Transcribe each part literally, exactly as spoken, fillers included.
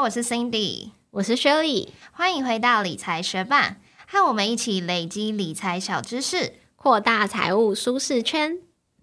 我是 Cindy， 我是 Shirley， 欢迎回到理财学伴，和我们一起累积理财小知识， 扩大财务舒适圈。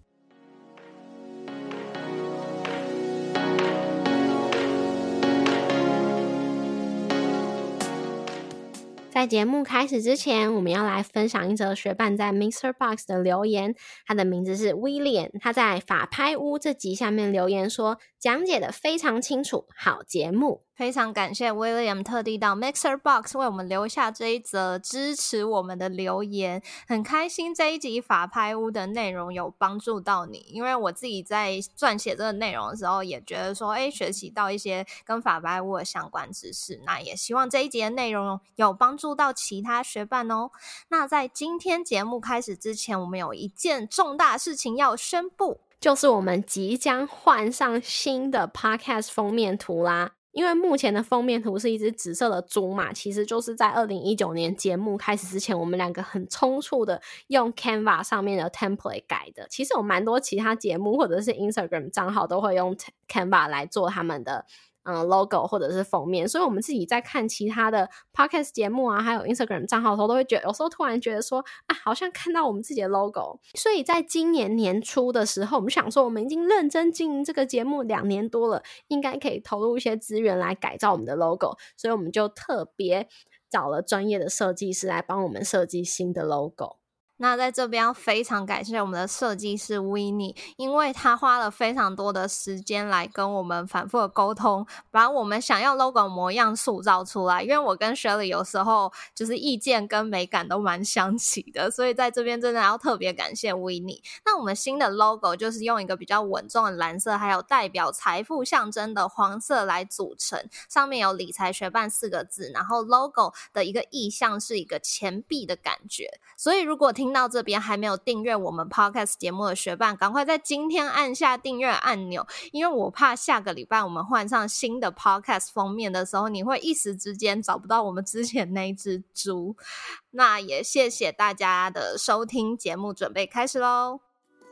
在节目开始之前，我们要来分享一则学伴在 MixerBox 的留言，他的名字是 William， 他在法拍屋这集下面留言说，讲解的非常清楚，好节目。 非常感谢 William 特地到 MixerBox 为我们留下这一则支持我们的留言，很开心这一集法拍屋的内容有帮助到你，因为我自己在撰写这个内容的时候也觉得说诶学习到一些跟法拍屋的相关知识，那也希望这一集的内容有帮助到其他学伴哦。那在今天节目开始之前，我们有一件重大事情要宣布， 就是我们即将换上新的 Podcast 封面图啦。因为目前的封面图是一只紫色的猪嘛，其实就是在二零一九年节目开始之前，我们两个很匆促的用 Canva 上面的 template 改的。其实有蛮多其他节目或者是 Instagram 账号都会用 Canva 来做他们的嗯 logo 或者是封面，所以我们自己在看其他的 podcast 节目啊还有 Instagram 账号的时候，都会觉得有时候突然觉得说啊，好像看到我们自己的 logo。 所以在今年年初的时候，我们想说我们已经认真经营这个节目两年多了，应该可以投入一些资源来改造我们的 logo， 所以我们就特别找了专业的设计师来帮我们设计新的 logo。 那在这边非常感谢我们的设计师 Winnie， 因为他花了非常多的时间来跟我们反复的沟通，把我们想要 logo 模样塑造出来。因为我跟 Shirley 有时候就是意见跟美感都蛮相齐的，所以在这边真的要特别感谢 Winnie。 那我们新的 logo 就是用一个比较稳重的蓝色，还有代表财富象征的黄色来组成，上面有理财学伴四个字，然后 logo 的一个意象是一个钱币的感觉。所以如果听听到这边还没有订阅我们 podcast 节目的学伴，赶快在今天按下订阅按钮，因为我怕下个礼拜我们换上新的 podcast 封面的时候，你会一时之间找不到我们之前那一只猪。那也谢谢大家的收听，节目准备开始咯。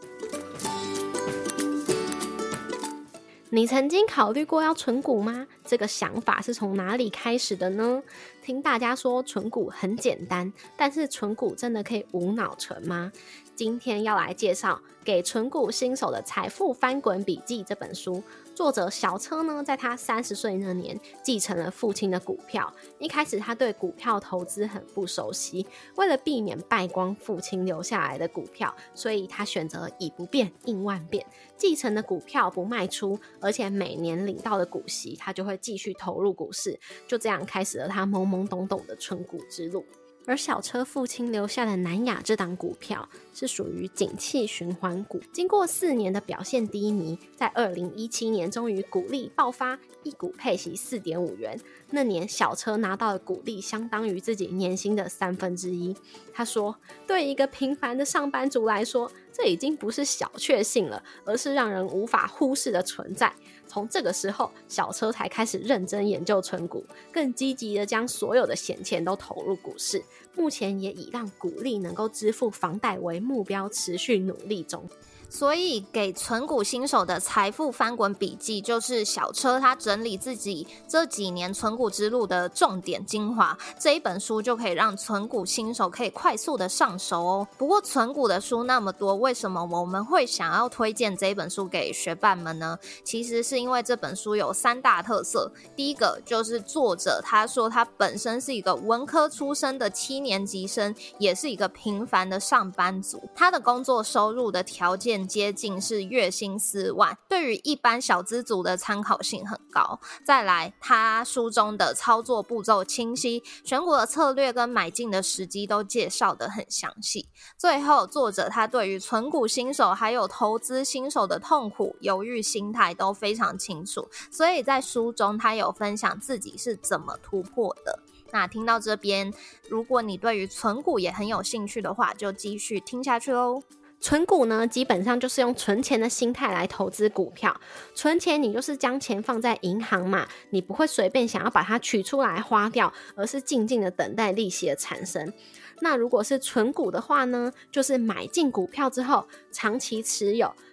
你曾经考虑过要存股吗？这个想法是从哪里开始的呢？听大家说存股很简单，但是存股真的可以无脑存吗？今天要来介绍给存股新手的财富翻滚笔记这本书。作者小车呢，在他三十岁那年继承了父亲的股票。一开始他对股票投资很不熟悉，为了避免败光父亲留下来的股票，所以他选择以不变应万变，继承的股票不卖出，而且每年领到的股息他就会继续投入股市，就这样开始了他懵懵懂懂的存股之路。而小车父亲留下的南亚这档股票是属于景气循环股，经过四年的表现低迷，在二零一七年终于股利爆发，一股配息 四点五元。那年小车拿到的股利相当于自己年薪的三分之一。他说，对一个平凡的上班族来说，这已经不是小确幸了，而是让人无法忽视的存在。从这个时候，小车才开始认真研究存股，更积极的将所有的闲钱都投入股市。目前也以让股利能够支付房贷为目标，持续努力中。 所以给存股新手的财富翻滚笔记，就是小车他整理自己这几年存股之路的重点精华，这一本书就可以让存股新手可以快速的上手哦。不过存股的书那么多，为什么我们会想要推荐这一本书给学伴们呢？其实是因为这本书有三大特色。第一个就是作者他说他本身是一个文科出身的七年级生，也是一个平凡的上班族，他的工作收入的条件接近是月薪四万，对于一般小资族的参考性很高。再来，他书中的操作步骤清晰，选股的策略跟买进的时机都介绍得很详细。最后，作者他对于存股新手还有投资新手的痛苦、犹豫心态都非常清楚，所以在书中他有分享自己是怎么突破的。那听到这边，如果你对于存股也很有兴趣的话，就继续听下去咯。 存股呢，基本上就是用存钱的心态来投资股票。存钱你就是将钱放在银行嘛，你不会随便想要把它取出来花掉，而是静静的等待利息的产生。那如果是存股的话呢，就是买进股票之后长期持有，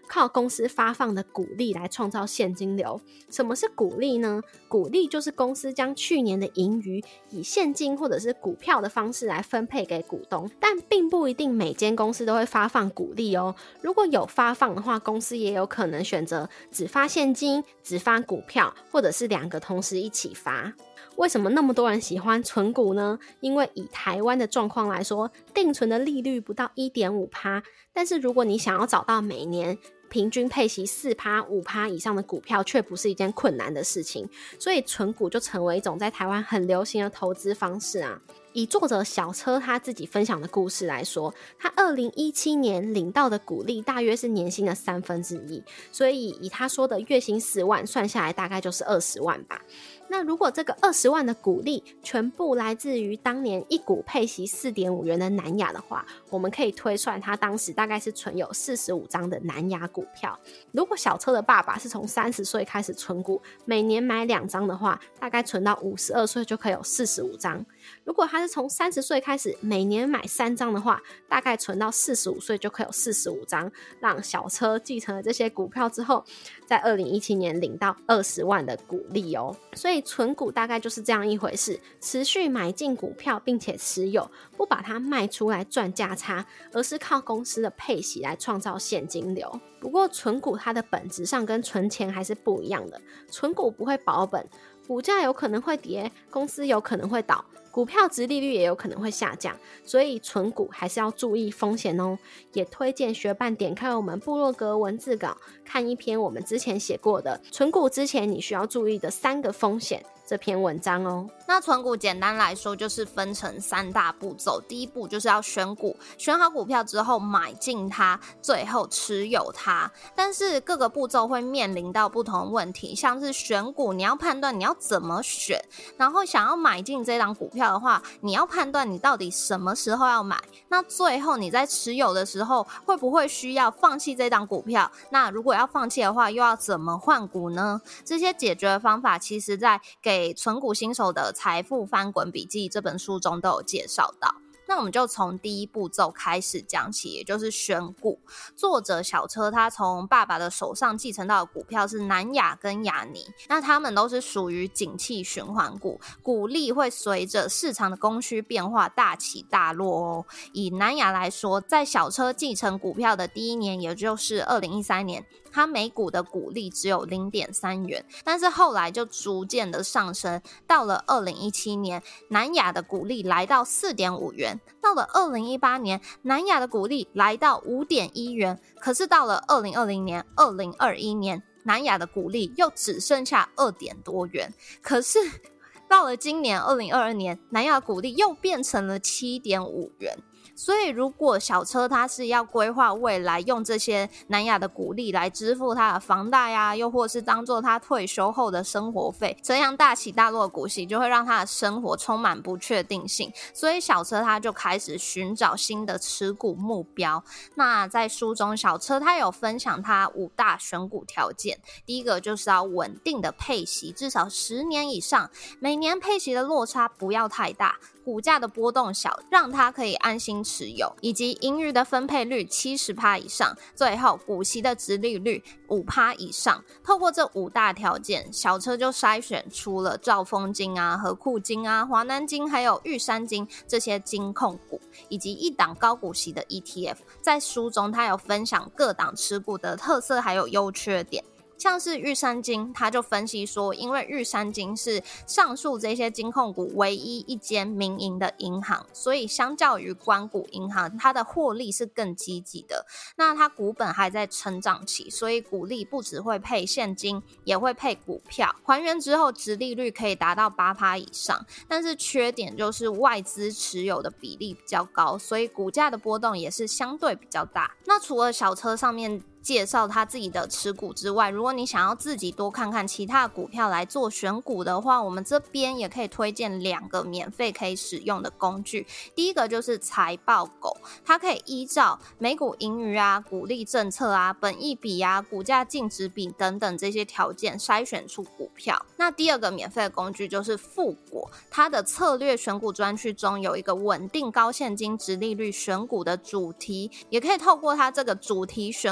靠公司发放的股利来创造现金流。什么是股利呢？股利就是公司将去年的盈余以现金或者是股票的方式来分配给股东，但并不一定每间公司都会发放股利哦。如果有发放的话，公司也有可能选择只发现金、只发股票，或者是两个同时一起发。为什么那么多人喜欢存股呢？因为以台湾的状况来说，定存的利率不到 百分之一点五， 但是如果你想要找到每年平均配息 百分之四、百分之五 以上的股票，却不是一件困难的事情，所以存股就成为一种在台湾很流行的投资方式啊。以作者小车他自己分享的故事来说，他二零一七年领到的股利大约是年薪的三分之一，所以以他说的月薪十万算下来大概就是二十万吧。那如果这个二十万的股利全部来自于当年一股配息 四点五元的南亚的话，我们可以推算他当时大概是存有四十五张的南亚股票。如果小车的爸爸是从三十岁开始存股，每年买两张的话，大概存到五十二岁就可以有四十五张。如果他是从三十岁开始每年买三张的话，大概存到四十五岁就可以有四十五张，让小车继承了这些股票之后，在二零一七年领到二十万的股利哦。所以存股大概就是这样一回事，持续买进股票并且持有，不把它卖出来赚价差，而是靠公司的配息来创造现金流。不过存股它的本质上跟存钱还是不一样的，存股不会保本，股价有可能会跌，公司有可能会倒，股票殖利率也有可能会下降，所以存股还是要注意风险哦。也推荐学伴点开我们部落格文字稿，看一篇我们之前写过的存股之前你需要注意的三个风险这篇文章哦。 那存股简单来说就是分成三大步骤，第一步就是要选股，选好股票之后买进它，最后持有它。但是各个步骤会面临到不同的问题，像是选股你要判断你要怎么选，然后想要买进这档股票的话，你要判断你到底什么时候要买，那最后你在持有的时候会不会需要放弃这档股票，那如果要放弃的话又要怎么换股呢？这些解决的方法其实在给存股新手的财富翻滚笔记这本书中都有介绍到。那我们就从第一步骤开始讲起，也就是选股。作者小车他从爸爸的手上继承到的股票是南亚跟亚尼，那他们都是属于景气循环股，股利会随着市场的供需变化大起大落哦。以南亚来说，在小车继承股票的第一年，也就是二零一三年，它每股的股利只有 零点三元，但是后来就逐渐的上升，到了二零一七年，南亚的股利来到 四点五元，到了二零一八年，南亚的股利来到 五点一元，可是到了二零二零年、二零二一年，南亚的股利又只剩下二点多元，可是到了今年二零二二年，南亚股利又变成了 七点五元。所以如果小车他是要规划未来用这些南亚的股利来支付他的房贷啊，又或是当做他退休后的生活费，这样大起大落的股息就会让他的生活充满不确定性，所以小车他就开始寻找新的持股目标。那在书中小车他有分享他五大选股条件，第一个就是要稳定的配息，至少十年以上，每年配息的落差不要太大，股价的波动小，让他可以安心持有，以及盈余的分配率 百分之七十 以上，最后股息的殖利率 百分之五 以上。透过这五大条件，小车就筛选出了兆丰金啊、和库金啊、华南金还有玉山金这些金控股，以及一档高股息的 E T F。 在书中他有分享各档持股的特色还有优缺点。像是玉山金，他就分析说，因为玉山金是上述这些金控股唯一一间民营的银行，所以相较于官股银行，它的获利是更积极的。那它股本还在成长期，所以股利不只会配现金，也会配股票，还原之后殖利率可以达到 百分之八 以上。但是缺点就是外资持有的比例比较高，所以股价的波动也是相对比较大。那除了小车上面介绍他自己的持股之外，如果你想要自己多看看其他的股票来做选股的话，我们这边也可以推荐两个免费可以使用的工具。第一个就是财报狗，它可以依照每股盈余啊、股利政策啊、本益比啊、股价净值比等等这些条件筛选出股票。那第二个免费的工具就是富果，它的策略选股专区中有一个稳定高现金殖利率选股的主题，也可以透过它这个主题选股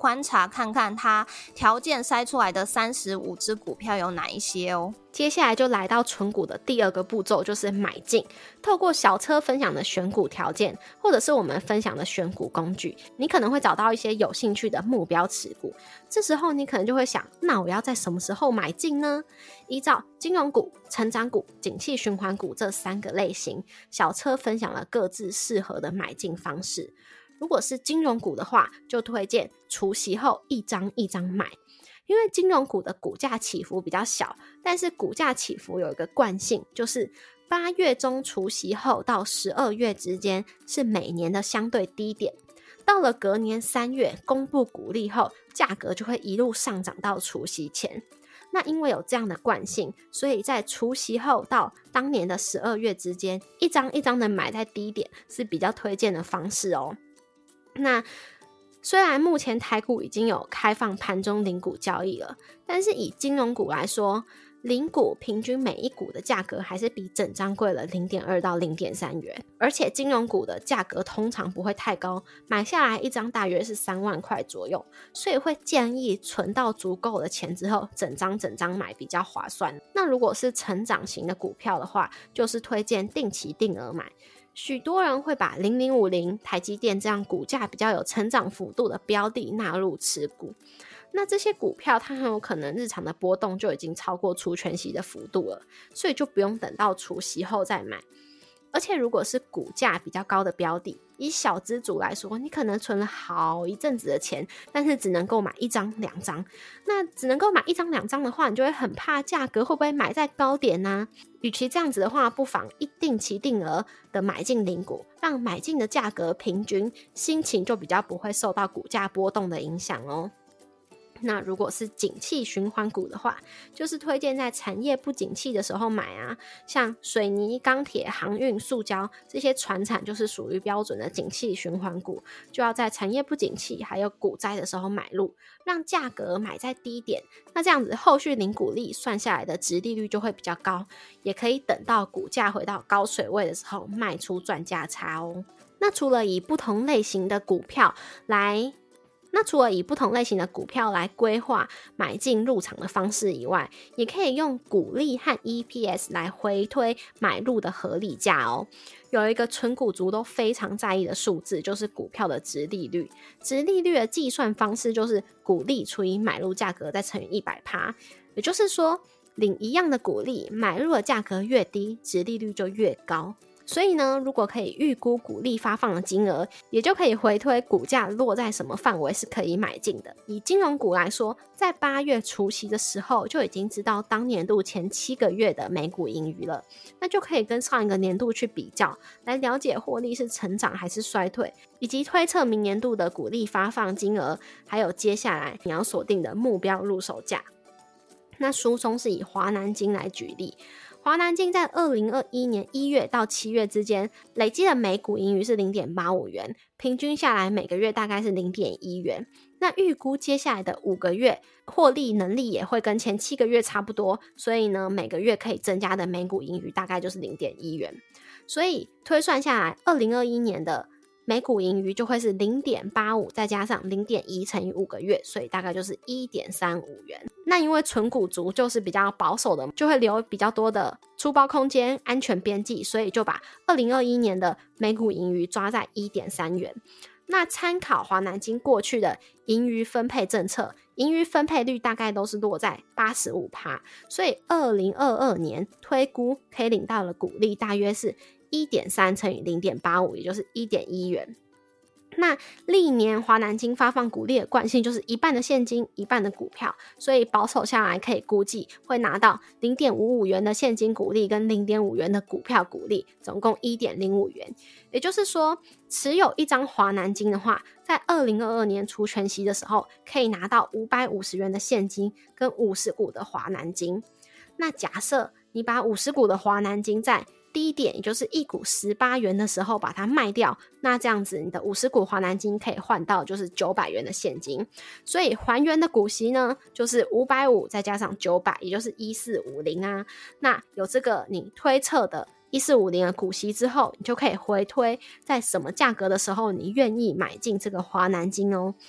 观察看看它条件筛出来的三十五只股票有哪一些哦。 接下来就来到存股的第二个步骤，就是买进。透过小车分享的选股条件，或者是我们分享的选股工具，你可能会找到一些有兴趣的目标持股。这时候你可能就会想，那我要在什么时候买进呢？依照金融股、成长股、景气循环股这三个类型，小车分享了各自适合的买进方式。如果是金融股的话，就推荐除息后一张一张买。因为金融股的股价起伏比较小，但是股价起伏有一个惯性，就是八月中除息后到十二月之间是每年的相对低点，到了隔年三月公布股利后，价格就会一路上涨到除息前。那因为有这样的惯性，所以在除息后到当年的十二月之间，一张一张的买在低点是比较推荐的方式哦。那虽然目前台股已经有开放盘中零股交易了，但是以金融股来说，零股平均每一股的价格还是比整张贵了 零点二到零点三元，而且金融股的价格通常不会太高，买下来一张大约是三万块左右，所以会建议存到足够的钱之后，整张整张买比较划算。那如果是成长型的股票的话，就是推荐定期定额买。许多人会把零零五零、台积电这样股价比较有成长幅度的标的纳入持股。那这些股票它很有可能日常的波动就已经超过除权息的幅度了，所以就不用等到除息后再买。而且如果是股价比较高的标的，以小资族来说，你可能存了好一阵子的钱，但是只能够买一张两张。那只能够买一张两张的话，你就会很怕价格会不会买在高点呢？与其这样子的话，不妨一定期定额的买进零股，让买进的价格平均，心情就比较不会受到股价波动的影响哦。那如果是景气循环股的话，就是推荐在产业不景气的时候买啊，像水泥、钢铁、航运、塑胶这些传产就是属于标准的景气循环股，就要在产业不景气还有股灾的时候买入，让价格买在低点，那这样子后续领股利算下来的殖利率就会比较高，也可以等到股价回到高水位的时候卖出赚价差哦。那除了以不同类型的股票来那除了以不同类型的股票来规划买进入场的方式以外，也可以用股利和 E P S 来回推买入的合理价哦。有一个纯股族都非常在意的数字，就是股票的殖利率。殖利率的计算方式就是股利除以买入价格再乘以 百分之百， 也就是说领一样的股利，买入的价格越低，殖利率就越高。所以呢，如果可以预估股利发放的金额，也就可以回推股价落在什么范围是可以买进的。以金融股来说，在八月除息的时候就已经知道当年度前七个月的每股盈余了，那就可以跟上一个年度去比较，来了解获利是成长还是衰退，以及推测明年度的股利发放金额，还有接下来你要锁定的目标入手价。那书中是以华南金来举例，华南金在二零二一年一月到七月之间累积的每股盈余是 零点八五元，平均下来每个月大概是 零点一元。那预估接下来的五个月获利能力也会跟前七个月差不多，所以呢每个月可以增加的每股盈余大概就是 零点一元。所以推算下来二零二一年的每股盈余就会是 零点八五 再加上 零点一 乘以五个月，所以大概就是 一点三五元。那因为纯股族就是比较保守的，就会留比较多的出包空间、安全边际，所以就把二零二一年的每股盈余抓在 一点三元。那参考华南金过去的盈余分配政策，盈余分配率大概都是落在 百分之八十五， 所以二零二二年推估可以领到的股利大约是 一点三 乘以 零点八五， 也就是 一点一元。那历年华南金发放股利的惯性就是一半的现金，一半的股票，所以保守下来可以估计会拿到 零点五五元的现金股利跟 零点五元的股票股利，总共 一点零五元。也就是说，持有一张华南金的话，在二零二二年除权息的时候可以拿到五百五十元的现金跟五十股的华南金。那假设你把五十股的华南金在低点，也就是一股十八元的时候把它卖掉，那这样子你的五十股华南金可以换到就是九百元的现金，所以还原的股息呢就是五百五再加上九百，也就是一四五零啊。那有这个你推测的一四五零的股息之后，你就可以回推在什么价格的时候你愿意买进这个华南金哦。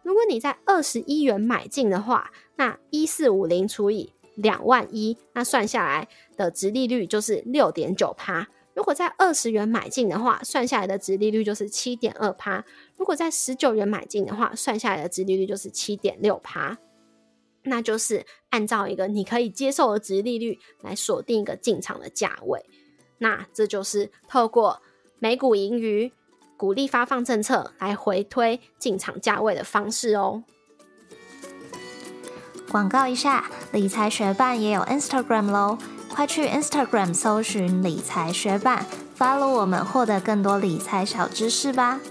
如果你在二十一元买进的话，那一千四百五十除以两万一，那算下来的殖利率就是 六点九趴。如果在二十元买进的话，算下来的殖利率就是 七点二趴。如果在十九元买进的话，算下来的殖利率就是 七点六趴。那就是按照一个你可以接受的殖利率来锁定一个进场的价位。那这就是透过每股盈余、股利发放政策来回推进场价位的方式哦。 广告一下，理财学伴也有 Instagram 咯，快去 Instagram 搜寻理财学伴 follow 我们，获得更多理财小知识吧。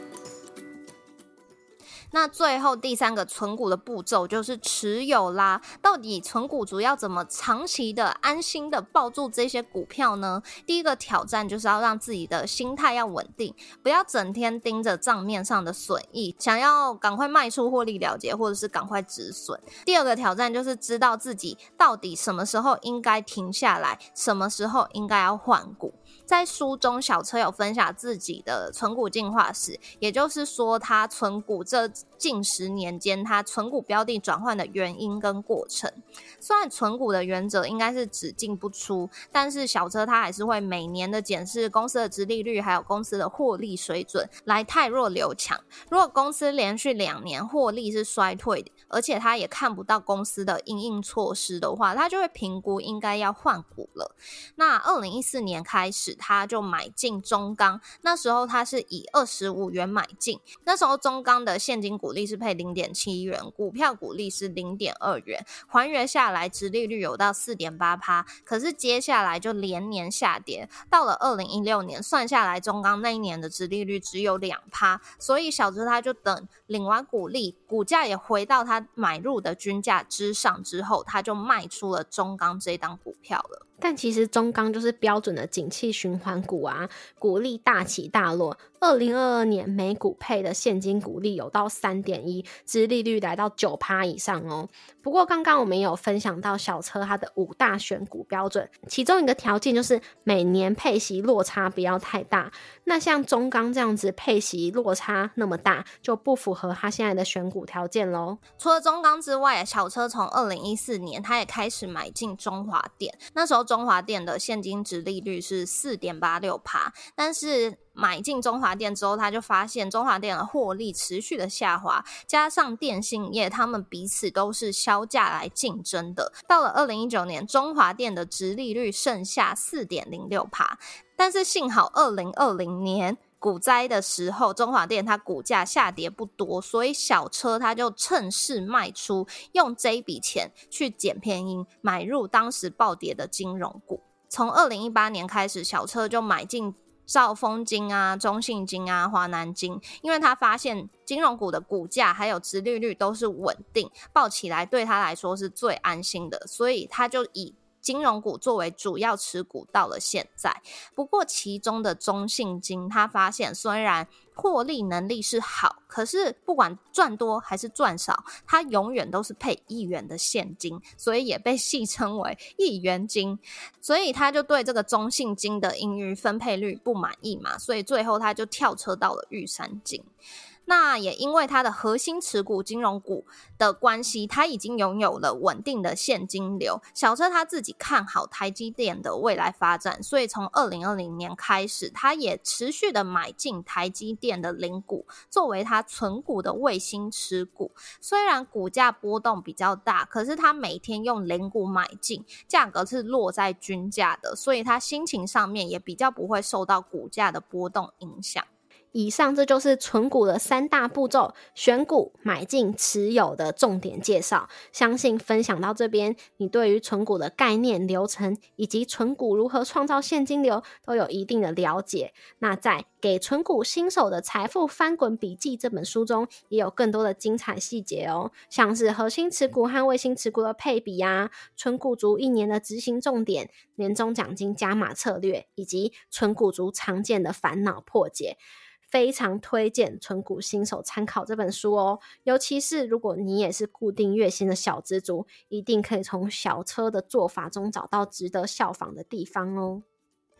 那最后第三个存股的步骤就是持有啦。到底存股族要怎么长期的安心的抱住这些股票呢？第一个挑战就是要让自己的心态要稳定，不要整天盯着账面上的损益，想要赶快卖出获利了结，或者是赶快止损。第二个挑战就是知道自己到底什么时候应该停下来，什么时候应该要换股。在书中小车有分享自己的存股进化史，也就是说他存股这近十年间他存股标的转换的原因跟过程。虽然存股的原则应该是只进不出，但是小车他还是会每年的检视公司的殖利率还有公司的获利水准来汰弱留强。如果公司连续两年获利是衰退的，而且他也看不到公司的因应措施的话，他就会评估应该要换股了。那二零一四年开始他就买进中钢，那时候他是以二十五元买进，那时候中钢的现金股利是配 零点七元，股票股利是 零点二元，还原下来殖利率有到 四点八趴， 可是接下来就连年下跌，到了二零一六年算下来中钢那一年的殖利率只有 百分之二， 所以小资他就等领完股利，股价也回到他买入的均价之上之后，他就卖出了中钢这一档股票了。 但其实中钢就是标准的景气循环股啊，股利大起大落。二零二二年每股配的现金股利有到 三点一， 殖利率来到 百分之九 以上哦。不过刚刚我们也有分享到小车它的五大选股标准，其中一个条件就是每年配息落差不要太大。那像中钢这样子配息落差那么大，就不符合它现在的选股条件咯。 除了中钢之外，小车从二零一四年他也开始买进中华电，那时候中华电的现金殖利率是 四点八六趴， 但是买进中华电之后，他就发现中华电的获利持续的下滑，加上电信业他们彼此都是销价来竞争的。到了二零一九年，中华电的殖利率剩下 四点零六趴， 但是幸好二零二零年股灾的时候，中华电它股价下跌不多，所以小车它就趁势卖出，用这一笔钱去捡便宜，买入当时暴跌的金融股。从二零一八年开始，小车就买进兆丰金啊、中信金啊、华南金，因为他发现金融股的股价还有殖利率都是稳定，抱起来对他来说是最安心的，所以他就以金融股作为主要持股到了现在。不过其中的中信金他发现虽然获利能力是好，可是不管赚多还是赚少，它永远都是配一元的现金，所以也被戏称为一元金。所以他就对这个中信金的盈余分配率不满意嘛，所以最后他就跳车到了玉山金。那也因为它的核心持股金融股的关系，它已经拥有了稳定的现金流。小车他自己看好台积电的未来发展，所以从二零二零年开始，他也持续的买进台积电的零股，作为他存股的卫星持股。虽然股价波动比较大，可是他每天用零股买进，价格是落在均价的，所以他心情上面也比较不会受到股价的波动影响。 以上这就是存股的三大步骤，选股、买进、持有的重点介绍。相信分享到这边，你对于存股的概念、流程以及存股如何创造现金流都有一定的了解。那在给存股新手的财富翻滚笔记这本书中，也有更多的精彩细节哦，像是核心持股和卫星持股的配比啊，存股族一年的执行重点、年终奖金加码策略，以及存股族常见的烦恼破解。非常推荐存股新手参考这本书哦，尤其是如果你也是固定月薪的小资族，一定可以从小车的做法中找到值得效仿的地方哦。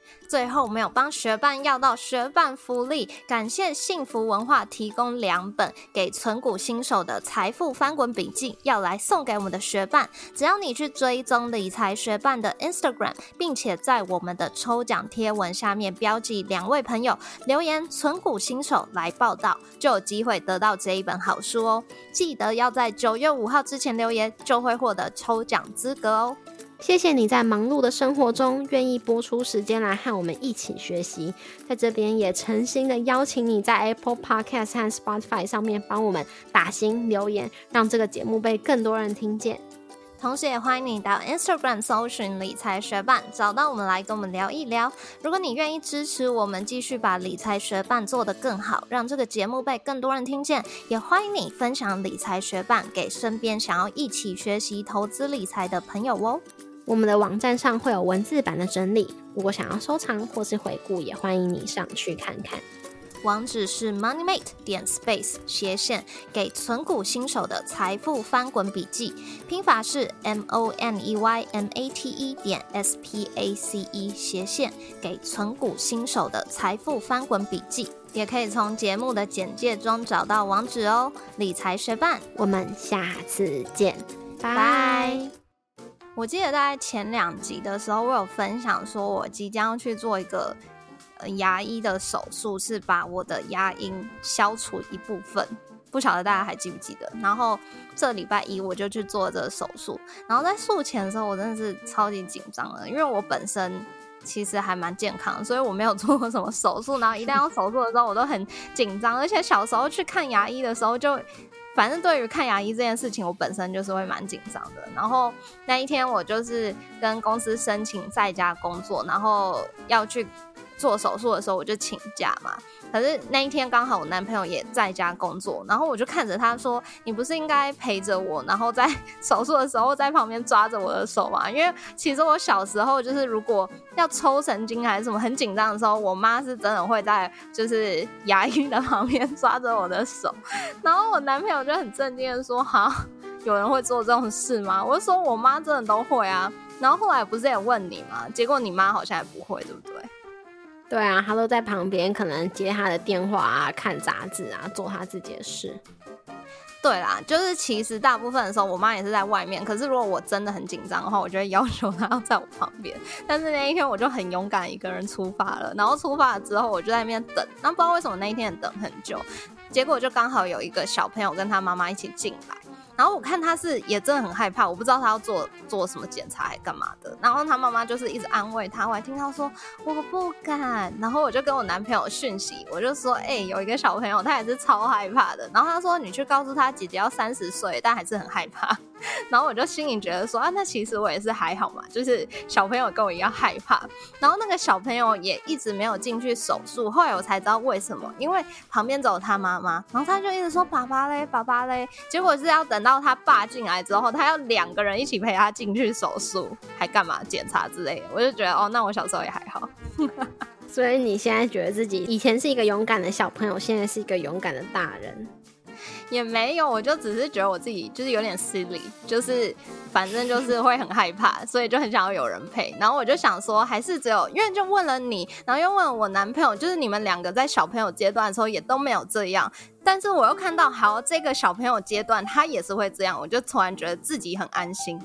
最后我们有帮学伴要到学伴福利，感谢幸福文化提供两本给存股新手的财富翻滚笔记，要来送给我们的学伴。只要你去追踪理财学伴的 Instagram， 并且在我们的抽奖贴文下面标记两位朋友，留言存股新手来报道，就有机会得到这一本好书哦。记得要在九月五号之前留言，就会获得抽奖资格哦。 谢谢你在忙碌的生活中愿意拨出时间来和我们一起学习，在这边也诚心的邀请你在 Apple Podcast 和 Spotify 上面帮我们打星留言，让这个节目被更多人听见。 同时也欢迎你到 Instagram 搜寻理财学伴，找到我们来跟我们聊一聊。如果你愿意支持我们继续把理财学伴做得更好，让这个节目被更多人听见，也欢迎你分享理财学伴给身边想要一起学习投资理财的朋友哦。 我们的网站上会有文字版的整理，如果想要收藏或是回顾，也欢迎你上去看看。 网址是 moneymate 点 space 斜线给存股新手的财富翻滚笔记，拼法是 m o n e y m a t e 点 s p a c e 斜线给存股新手的财富翻滚笔记，也可以从节目的简介中找到网址哦。理财学伴， 我们下次见，拜拜。我记得大概前两集的时候，我有分享说我即将要去做一个牙医的手术，是把我的牙龈消除一部分，不晓得大家还记不记得。然后这礼拜一我就去做这个手术，然后在术前的时候我真的是超级紧张的，因为我本身其实还蛮健康，所以我没有做过什么手术，然后一旦要手术的时候我都很紧张，而且小时候去看牙医的时候就反正对于看牙医这件事情我本身就是会蛮紧张的。然后那一天我就是跟公司申请在家工作，然后要去做手术的时候我就请假嘛，可是那一天刚好我男朋友也在家工作，然后我就看着他说，你不是应该陪着我，然后在手术的时候在旁边抓着我的手吗？因为其实我小时候就是如果要抽神经还是什么很紧张的时候，我妈是真的会在就是牙医的旁边抓着我的手，然后我男朋友就很震惊的说，哈，有人会做这种事吗？我就说我妈真的都会啊，然后后来不是也问你吗？结果你妈好像也不会，对不对？ 对啊，他都在旁边可能接他的电话啊，看杂志啊，做他自己的事。 对啦，就是其实大部分的时候我妈也是在外面，可是如果我真的很紧张的话，我就会要求她要在我旁边。但是那一天我就很勇敢一个人出发了，然后出发了之后我就在那边等，然后不知道为什么那一天等很久，结果就刚好有一个小朋友跟他妈妈一起进来，然后我看他是也真的很害怕，我不知道他要做做什么检查还干嘛的，然后他妈妈就是一直安慰他，我还听到说我不敢，然后我就跟我男朋友讯息，我就说哎、欸，有一个小朋友他也是超害怕的，然后他说你去告诉他姐姐要三十岁但还是很害怕，然后我就心里觉得说啊，那其实我也是还好嘛，就是小朋友跟我一样害怕，然后那个小朋友也一直没有进去手术，后来我才知道为什么，因为旁边只有他妈妈，然后他就一直说爸爸嘞爸爸嘞，结果是要等到他爸进来之后，他要两个人一起陪他进去手术还干嘛检查之类的，我就觉得哦，那我小时候也还好所以你现在觉得自己以前是一个勇敢的小朋友，现在是一个勇敢的大人？ 也没有，我就只是觉得我自己就是有点silly，就是反正就是会很害怕，所以就很想要有人陪。然后我就想说，还是只有因为就问了你，然后又问了我男朋友，就是你们两个在小朋友阶段的时候也都没有这样，但是我又看到，好，这个小朋友阶段他也是会这样，我就突然觉得自己很安心。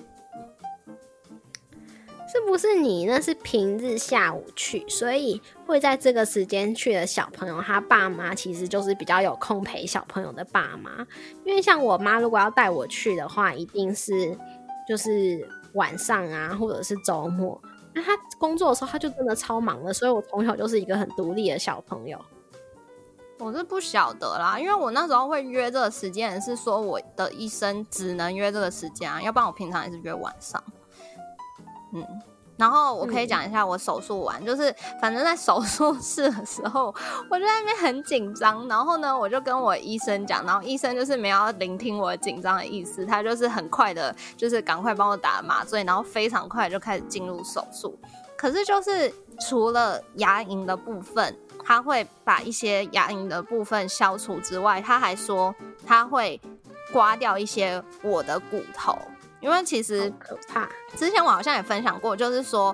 是不是你那是平日下午去，所以会在这个时间去的小朋友，他爸妈其实就是比较有空陪小朋友的爸妈。因为像我妈如果要带我去的话，一定是就是晚上啊，或者是周末。那他工作的时候他就真的超忙的，所以我从小就是一个很独立的小朋友。 我是不晓得啦，因为我那时候会约这个时间是说我的医生只能约这个时间啊，要不然我平常也是约晚上。嗯，然后我可以讲一下我手术完、嗯、就是反正在手术室的时候我就在那边很紧张，然后呢我就跟我医生讲，然后医生就是没有要聆听我紧张的意思，他就是很快的就是赶快帮我打麻醉，然后非常快就开始进入手术。可是就是除了牙龈的部分他会把一些牙龈的部分消除之外，他还说他会刮掉一些我的骨头，因为其实好可怕。 之前我好像也分享过，就是说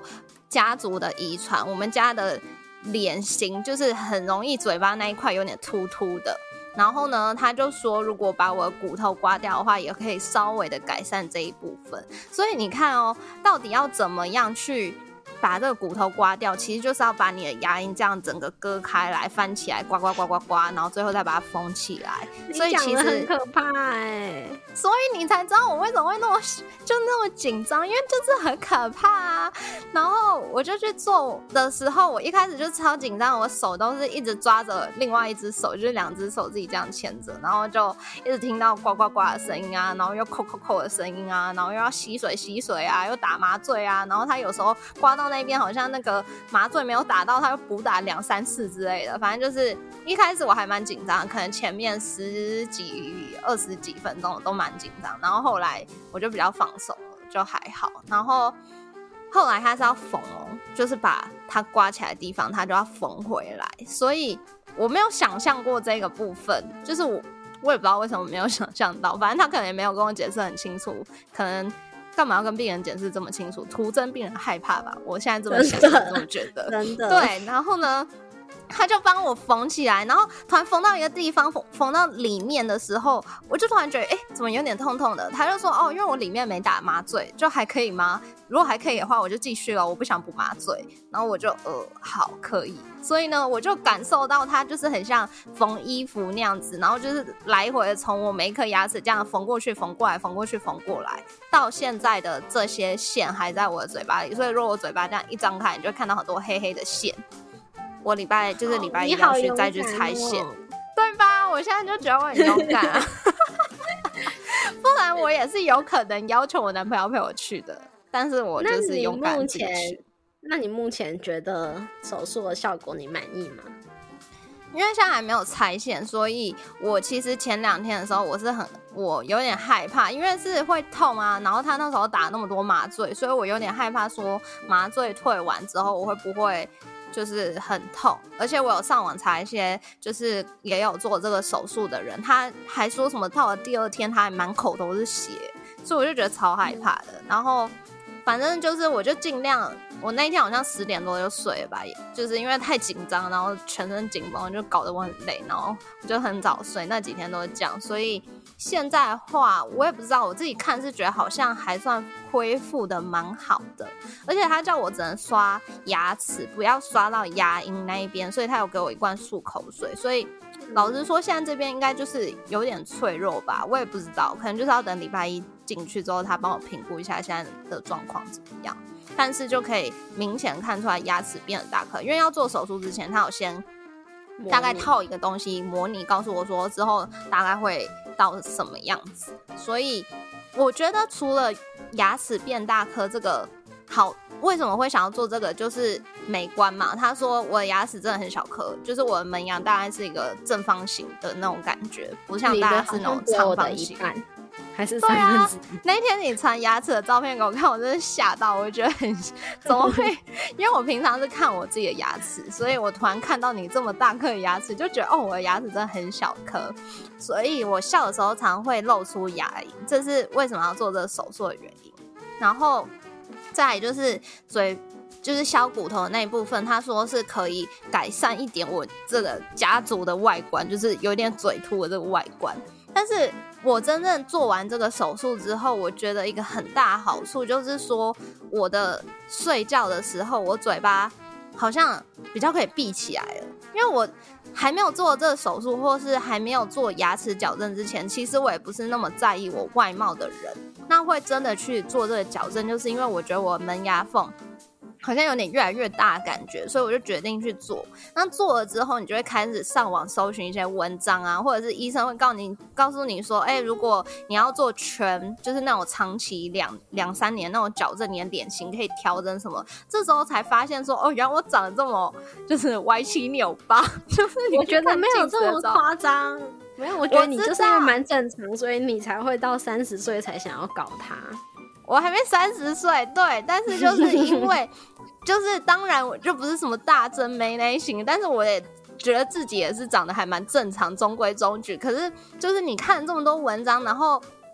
家族的遗传，我们家的脸型就是很容易嘴巴那一块有点突突的。然后呢，他就说如果把我的骨头刮掉的话，也可以稍微的改善这一部分。所以你看哦，到底要怎么样去把这个骨头刮掉，其实就是要把你的牙龈这样整个割开来，翻起来，刮刮刮刮刮，然后最后再把它封起来。所以其实很可怕哎、欸， 所以你才知道我为什么会那么就那么紧张，因为就是很可怕啊。然后我就去做的时候，我一开始就超紧张，我手都是一直抓着另外一只手，就是两只手自己这样牵着，然后就一直听到呱呱呱的声音啊，然后又扣扣扣的声音啊，然后又要吸水吸水啊，又打麻醉啊，然后他有时候刮到那边好像那个麻醉没有打到，他又补打两三次之类的。反正就是一开始我还蛮紧张，可能前面十几二十几分钟都蛮紧张，然后后来我就比较放松了，就还好。然后后来他是要缝哦，就是把它刮起来的地方他就要缝回来，所以我没有想象过这个部分，就是我我也不知道为什么没有想象到，反正他可能也没有跟我解释很清楚，可能干嘛要跟病人解释这么清楚，徒增病人害怕吧，我现在这么想这么觉得真的对。然后呢他就帮我缝起来，然后突然缝到一个地方，缝缝到里面的时候，我就突然觉得，哎，怎么有点痛痛的？他就说，哦，因为我里面没打麻醉，就还可以吗？如果还可以的话，我就继续了，我不想补麻醉。然后我就，呃，好，可以。所以呢，我就感受到它就是很像缝衣服那样子，然后就是来回的从我每一颗牙齿这样缝过去、缝过来、缝过去、缝过来，到现在的这些线还在我的嘴巴里。所以如果我嘴巴这样一张开，你就会看到很多黑黑的线。我礼拜就是礼拜一要去再去拆线、哦、对吧？我现在就觉得我很勇敢啊不然我也是有可能要求我男朋友陪我去的，但是我就是勇敢自己去。 那你目前觉得手术的效果你满意吗？ 因为现在还没有拆线，所以我其实前两天的时候我是很我有点害怕，因为是会痛啊，然后他那时候打那么多麻醉，所以我有点害怕说麻醉退完之后我会不会就是很痛。而且我有上网查一些就是也有做这个手术的人，他还说什么到了第二天他还满口都是血，所以我就觉得超害怕的。然后反正就是我就尽量，我那一天好像十点多就睡了吧，就是因为太紧张，然后全身紧绷，就搞得我很累，然后我就很早睡，那几天都是这样。所以现在的话我也不知道，我自己看是觉得好像还算恢复的蛮好的，而且他叫我只能刷牙齿，不要刷到牙龈那一边，所以他有给我一罐漱口水。所以老实说现在这边应该就是有点脆弱吧，我也不知道，可能就是要等礼拜一进去之后他帮我评估一下现在的状况怎么样，但是就可以明显看出来牙齿变得大颗。因为要做手术之前他有先大概套一个东西模拟，告诉我说之后大概会到什么样子。所以我觉得除了牙齿变大颗这个好，为什么会想要做这个就是美观嘛。他说我的牙齿真的很小颗，就是我的门牙大概是一个正方形的那种感觉，不像大家是那种长方形， 还是三分之一。 那一天你传牙齿的照片给我看，我真的吓到，我觉得很怎么会因为我平常是看我自己的牙齿，所以我突然看到你这么大颗的牙齿，就觉得哦，我的牙齿真的很小颗，所以我笑的时候常会露出牙龈，这是为什么要做这个手术的原因。然后再来就是嘴就是削骨头的那一部分，他说是可以改善一点我这个家族的外观，就是有点嘴凸的这个外观。但是我真正做完这个手术之后，我觉得一个很大的好处就是说，我的睡觉的时候我嘴巴好像比较可以闭起来了。因为我还没有做这个手术，或是还没有做牙齿矫正之前，其实我也不是那么在意我外貌的人。那会真的去做这个矫正，就是因为我觉得我门牙缝好像有点越来越大的感觉，所以我就决定去做。那做了之后，你就会开始上网搜寻一些文章啊，或者是医生会告你告诉你说，哎、欸，如果你要做全，就是那种长期两两三年那种矫正，你的脸型可以调整什么。这时候才发现说，哦，原来我长得这么就是歪七扭八，就是你我觉得没有这么夸张。没有，我觉得你就是因为蛮正常，所以你才会到三十岁才想要搞它。 我还没三十岁，对，但是就是因为就是当然我就不是什么大真美类型，但是我也觉得自己也是长得还蛮正常，中规中矩。可是就是你看这么多文章，然后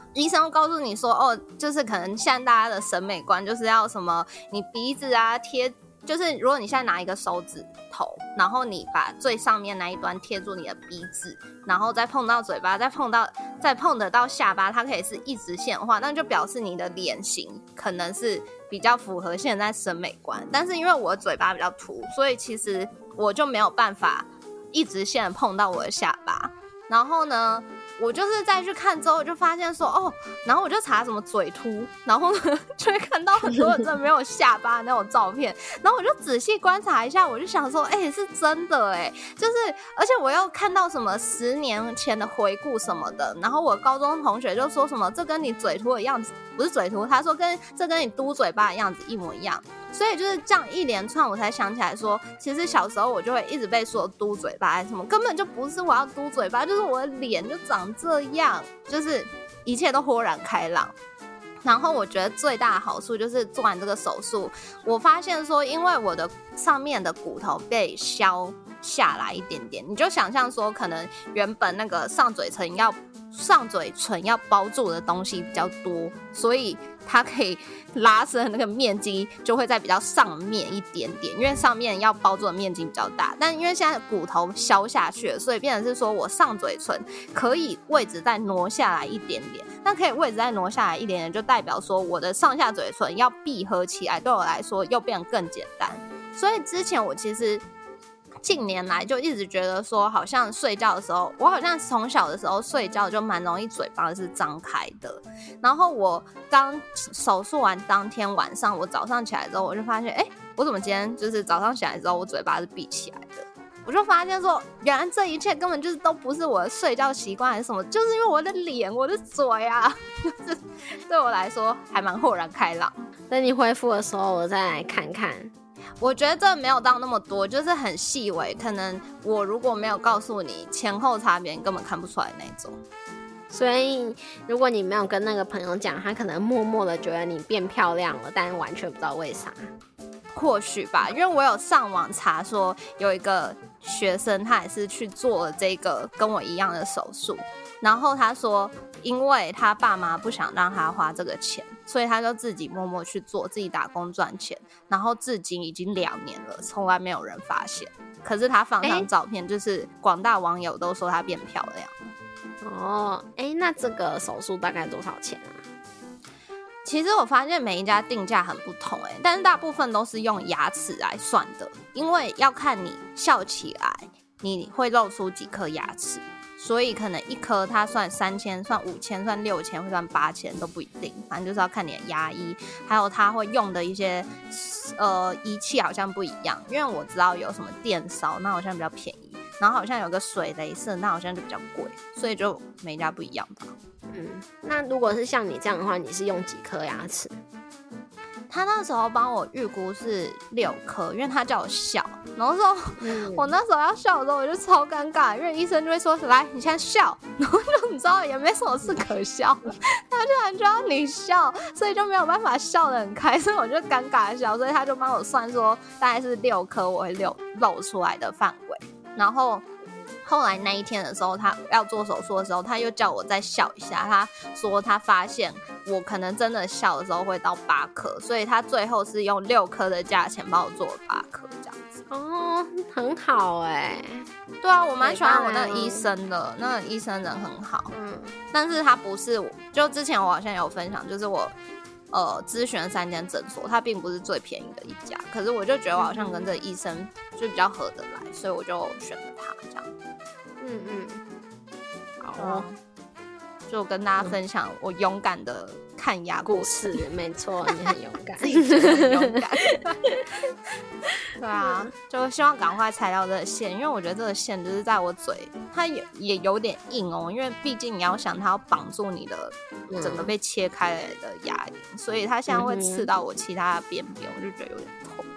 医生告诉你说，哦，就是可能现在大家的审美观就是要什么，你鼻子啊贴，就是如果你现在拿一个手指头，然后你把最上面那一端贴住你的鼻子，然后再碰到嘴巴，再碰到再碰得到下巴，它可以是一直线画，那就表示你的脸型可能是比较符合现在审美观。但是因为我的嘴巴比较凸，所以其实我就没有办法一直线碰到我的下巴。然后呢，我就是再去看之后，我就发现说，哦，然后我就查什么嘴凸，然后呢就会看到很多人真的没有下巴的那种照片，然后我就仔细观察一下，我就想说，哎、欸，是真的哎、欸，就是而且我又看到什么十年前的回顾什么的，然后我高中同学就说什么，这跟你嘴凸的样子不是嘴凸，他说跟这跟你嘟嘴巴的样子一模一样。所以就是这样一连串，我才想起来说，其实小时候我就会一直被说嘟嘴巴还是什么，根本就不是我要嘟嘴巴，就是我的脸就长这样，就是一切都豁然开朗。然后我觉得最大的好处就是做完这个手术，我发现说，因为我的上面的骨头被削下来一点点，你就想象说，可能原本那个上嘴唇要上嘴唇要包住的东西比较多，所以它可以拉伸的那个面积就会在比较上面一点点，因为上面要包住的面积比较大。但因为现在骨头削下去了，所以变成是说我上嘴唇可以位置再挪下来一点点，那可以位置再挪下来一点点，就代表说我的上下嘴唇要闭合起来，对我来说又变得更简单。所以之前我其实近年来就一直觉得说，好像睡觉的时候，我好像从小的时候睡觉就蛮容易嘴巴是张开的。然后我刚手术完当天晚上，我早上起来之后，我就发现，哎，我怎么今天就是早上起来之后，我嘴巴是闭起来的？我就发现说，原来这一切根本就是都不是我的睡觉习惯还是什么，就是因为我的脸、我的嘴啊，就是对我来说还蛮豁然开朗。 等你恢复的时候，我再来看看。 我觉得这没有到那么多，就是很细微，可能我如果没有告诉你前后差别，你根本看不出来那种。 所以如果你没有跟那个朋友讲，他可能默默的觉得你变漂亮了，但完全不知道为啥。 或许吧，因为我有上网查说有一个学生他也是去做了这个跟我一样的手术，然后他说因为他爸妈不想让他花这个钱，所以他就自己默默去做，自己打工赚钱，然后至今已经两年了，从来没有人发现。可是他放上照片，就是广大网友都说他变漂亮。 哦，哎，那这个手术大概多少钱啊？ 其实我发现每一家定价很不同、欸、但是大部分都是用牙齿来算的，因为要看你笑起来你会露出几颗牙齿，所以可能一颗它算三千，算五千，算六千，会算八千都不一定，反正就是要看你的牙医，还有他会用的一些呃仪器好像不一样，因为我知道有什么电烧，那好像比较便宜，然后好像有个水雷射，那好像就比较贵，所以就每家不一样吧。 嗯，那如果是像你这样的话，你是用几颗牙齿？ 他那时候帮我预估是六颗，因为他叫我笑，然后说、嗯、我那时候要笑的时候我就超尴尬，因为医生就会说来你现在笑，然后就你知道也没什么事可笑，他居然就要你笑，所以就没有办法笑得很开，所以我就尴尬的笑，所以他就帮我算说大概是六颗我会露露出来的范围。然后后来那一天的时候，他要做手术的时候，他又叫我再笑一下。他说他发现我可能真的笑的时候会到八颗，所以他最后是用六颗的价钱帮我做了八颗这样子。 哦，很好哎、欸。 对啊，我蛮喜欢我那个医生的，那个医生人很好。嗯，但是他不是我，就之前我好像有分享，就是我呃咨询了三间诊所，他并不是最便宜的一家，可是我就觉得我好像跟这个医生就比较合得来，所以我就选了他这样。嗯嗯，好、哦，就跟大家分享我勇敢的看牙故事。没错，你很勇敢， 自己觉得很勇敢。对啊，就希望赶快拆掉这个线，因为我觉得这个线就是在我嘴，它也也有点硬哦，因为毕竟你要想它要绑住你的整个被切开来的牙龈、嗯，所以它现在会刺到我其他的边边，我就觉得有点痛。